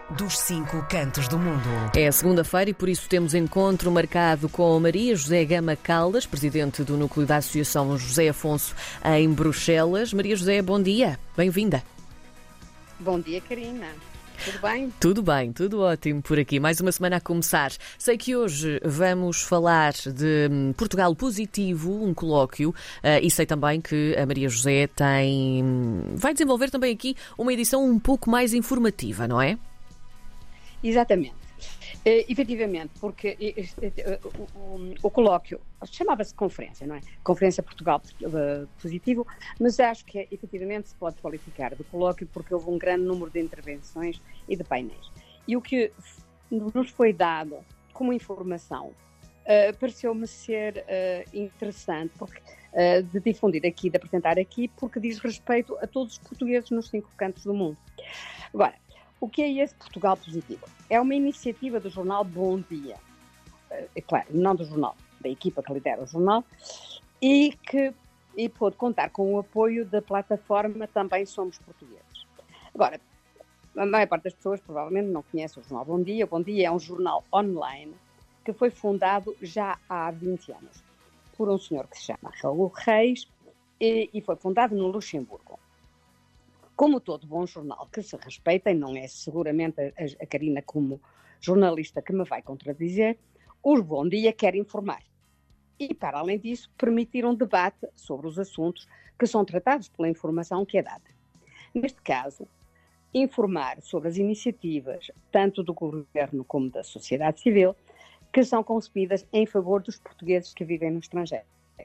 dos 5 cantos do mundo. É segunda-feira e por isso temos encontro marcado com Maria José Gama Caldas, presidente do Núcleo da Associação José Afonso em Bruxelas. Maria José, bom dia, bem-vinda. Bom dia, Karina. Tudo bem? Tudo bem, tudo ótimo por aqui. Mais uma semana a começar. Sei que hoje vamos falar de Portugal Positivo, um colóquio, e sei também que a Maria José vai desenvolver também aqui uma edição um pouco mais informativa, não é? Exatamente. Efetivamente, porque o colóquio chamava-se conferência, não é? Conferência Portugal Positivo, mas acho que efetivamente se pode qualificar de colóquio porque houve um grande número de intervenções e de painéis. E o que nos foi dado como informação pareceu-me ser interessante porque, de difundir aqui, de apresentar aqui, porque diz respeito a todos os portugueses nos 5 cantos do mundo. Agora, o que é esse Portugal Positivo? É uma iniciativa do jornal Bom Dia, é claro, não do jornal, da equipa que lidera o jornal, e pôde contar com o apoio da plataforma Também Somos Portugueses. Agora, a maior parte das pessoas provavelmente não conhece o jornal Bom Dia. O Bom Dia é um jornal online que foi fundado já há 20 anos por um senhor que se chama Raul Reis e foi fundado no Luxemburgo. Como todo bom jornal que se respeita, e não é seguramente a Karina como jornalista que me vai contradizer, o Bom Dia quer informar. E, para além disso, permitir um debate sobre os assuntos que são tratados pela informação que é dada. Neste caso, informar sobre as iniciativas, tanto do governo como da sociedade civil, que são concebidas em favor dos portugueses que vivem no estrangeiro.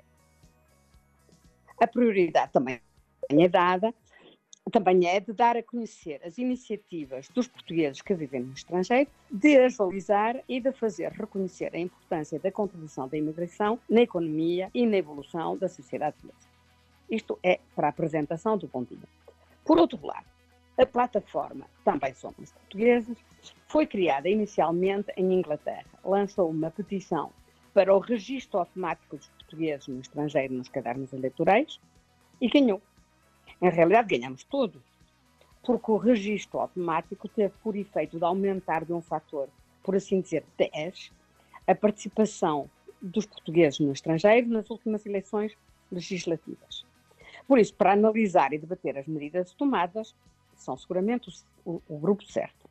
A prioridade também é dada. Também é de dar a conhecer as iniciativas dos portugueses que vivem no estrangeiro, de as valorizar e de fazer reconhecer a importância da contribuição da imigração na economia e na evolução da sociedade portuguesa. Isto é para a apresentação do Bom Dia. Por outro lado, a plataforma Também Somos Portugueses foi criada inicialmente em Inglaterra. Lançou uma petição para o registro automático dos portugueses no estrangeiro nos cadernos eleitorais e ganhou. Em realidade, ganhamos todos, porque o registro automático teve por efeito de aumentar de um fator, por assim dizer, 10, a participação dos portugueses no estrangeiro nas últimas eleições legislativas. Por isso, para analisar e debater as medidas tomadas, são seguramente o grupo certo.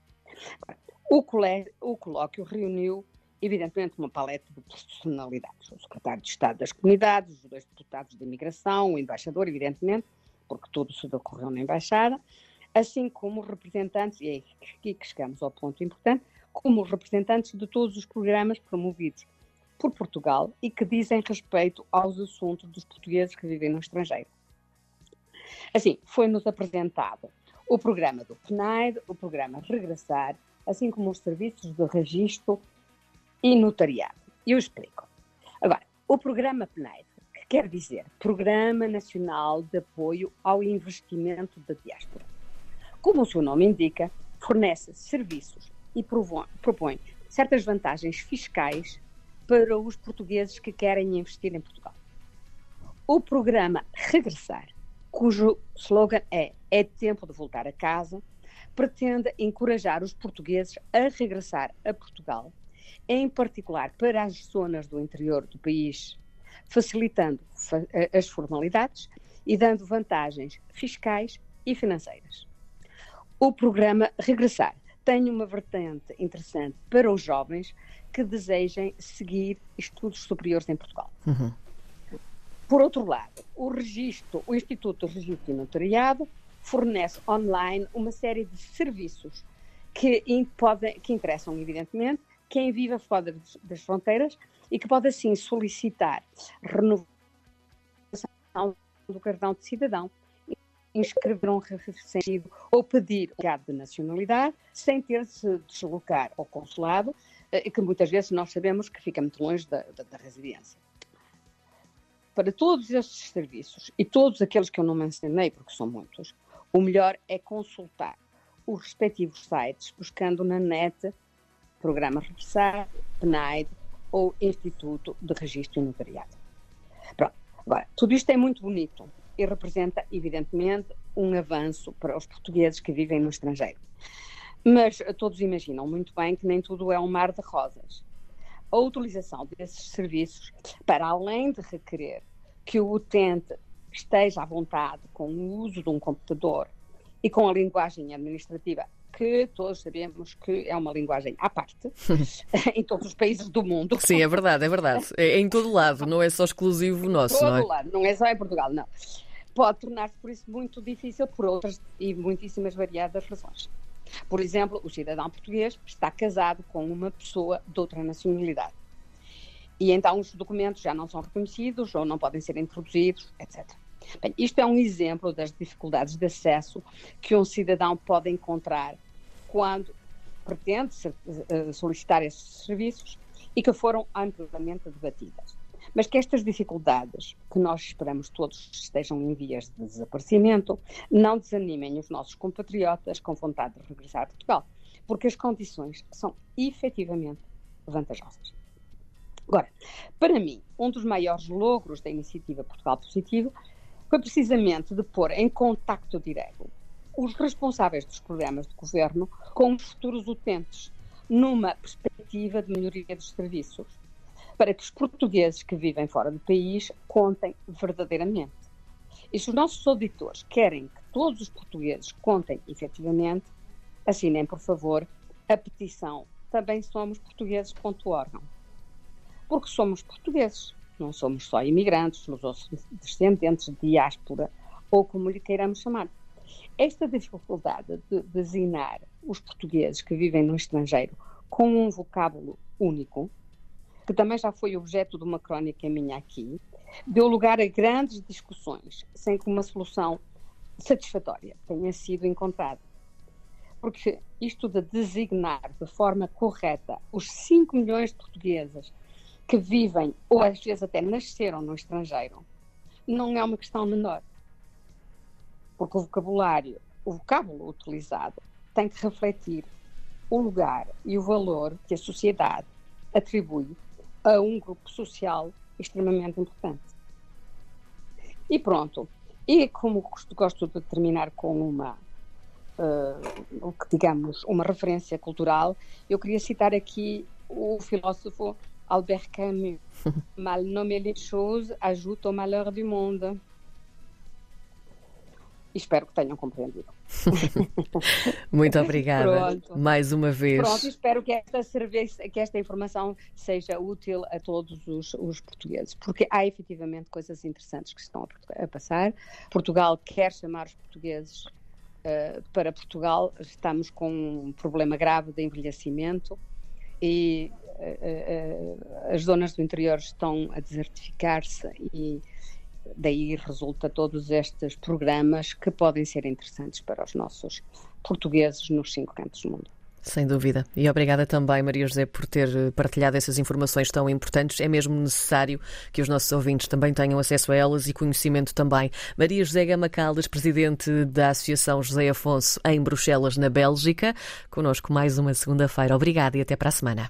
O colóquio reuniu, evidentemente, uma paleta de personalidades. O secretário de Estado das Comunidades, os 2 deputados de Imigração, o embaixador, evidentemente, porque tudo se decorreu na Embaixada, assim como representantes, e é aqui que chegamos ao ponto importante, como representantes de todos os programas promovidos por Portugal e que dizem respeito aos assuntos dos portugueses que vivem no estrangeiro. Assim, foi-nos apresentado o programa do PNAD, o programa Regressar, assim como os serviços de registro e notariado. E eu explico. Agora, o programa PNAD, quer dizer Programa Nacional de Apoio ao Investimento da Diáspora. Como o seu nome indica, fornece serviços e propõe certas vantagens fiscais para os portugueses que querem investir em Portugal. O programa Regressar, cujo slogan é tempo de voltar a casa, pretende encorajar os portugueses a regressar a Portugal, em particular para as zonas do interior do país, facilitando as formalidades e dando vantagens fiscais e financeiras. O programa Regressar tem uma vertente interessante para os jovens que desejem seguir estudos superiores em Portugal. Uhum. Por outro lado, o Instituto de Registro e Notariado fornece online uma série de serviços que interessam, evidentemente, quem vive fora das fronteiras e que pode assim solicitar renovação do cartão de cidadão, inscrever um recém-nascido ou pedir um certificado de nacionalidade sem ter de se deslocar ao consulado, que muitas vezes nós sabemos que fica muito longe da residência. Para todos estes serviços e todos aqueles que eu não mencionei, porque são muitos, o melhor é consultar os respectivos sites, buscando na net Programa Regressar, PNAD ou Instituto de Registro e Notariado. Pronto. Agora, tudo isto é muito bonito e representa, evidentemente, um avanço para os portugueses que vivem no estrangeiro. Mas todos imaginam muito bem que nem tudo é um mar de rosas. A utilização desses serviços, para além de requerer que o utente esteja à vontade com o uso de um computador e com a linguagem administrativa, que todos sabemos que é uma linguagem à parte, em todos os países do mundo. Sim, é verdade, é verdade. É em todo lado, não é só exclusivo nosso, todo não é? lado, não é só em Portugal, não. Pode tornar-se, por isso, muito difícil por outras e muitíssimas variadas razões. Por exemplo, o cidadão português está casado com uma pessoa de outra nacionalidade. E então os documentos já não são reconhecidos ou não podem ser introduzidos, etc. Bem, isto é um exemplo das dificuldades de acesso que um cidadão pode encontrar quando pretende solicitar esses serviços e que foram amplamente debatidas. Mas que estas dificuldades, que nós esperamos todos estejam em vias de desaparecimento, não desanimem os nossos compatriotas com vontade de regressar a Portugal, porque as condições são efetivamente vantajosas. Agora, para mim, um dos maiores logros da iniciativa Portugal Positivo foi precisamente de pôr em contacto direto os responsáveis dos programas de governo com os futuros utentes, numa perspectiva de melhoria dos serviços, para que os portugueses que vivem fora do país contem verdadeiramente. E se os nossos auditores querem que todos os portugueses contem efetivamente, assinem, por favor, a petição Também Somos Portugueses.org. Porque somos portugueses, não somos só imigrantes, descendentes de diáspora, ou como lhe queiramos chamar. Esta dificuldade de designar os portugueses que vivem no estrangeiro com um vocábulo único, que também já foi objeto de uma crónica minha aqui, deu lugar a grandes discussões, sem que uma solução satisfatória tenha sido encontrada. Porque isto de designar de forma correta os 5 milhões de portugueses que vivem, ou às vezes até nasceram no estrangeiro, não é uma questão menor. Porque o vocábulo utilizado tem que refletir o lugar e o valor que a sociedade atribui a um grupo social extremamente importante. E pronto. E como gosto de terminar com uma referência cultural, eu queria citar aqui o filósofo Albert Camus. Mal nommer les choses ajoute au malheur du monde. E espero que tenham compreendido. Muito obrigada. Pronto. Mais uma vez. Pronto, espero que esta informação seja útil a todos os portugueses, porque há efetivamente coisas interessantes que estão a passar. Portugal quer chamar os portugueses para Portugal. Estamos com um problema grave de envelhecimento e as zonas do interior estão a desertificar-se e daí resulta todos estes programas que podem ser interessantes para os nossos portugueses nos 5 cantos do mundo. Sem dúvida. E obrigada também, Maria José, por ter partilhado essas informações tão importantes. É mesmo necessário que os nossos ouvintes também tenham acesso a elas e conhecimento também. Maria José Gama Caldas, presidente da Associação José Afonso em Bruxelas, na Bélgica, connosco mais uma segunda-feira. Obrigada e até para a semana.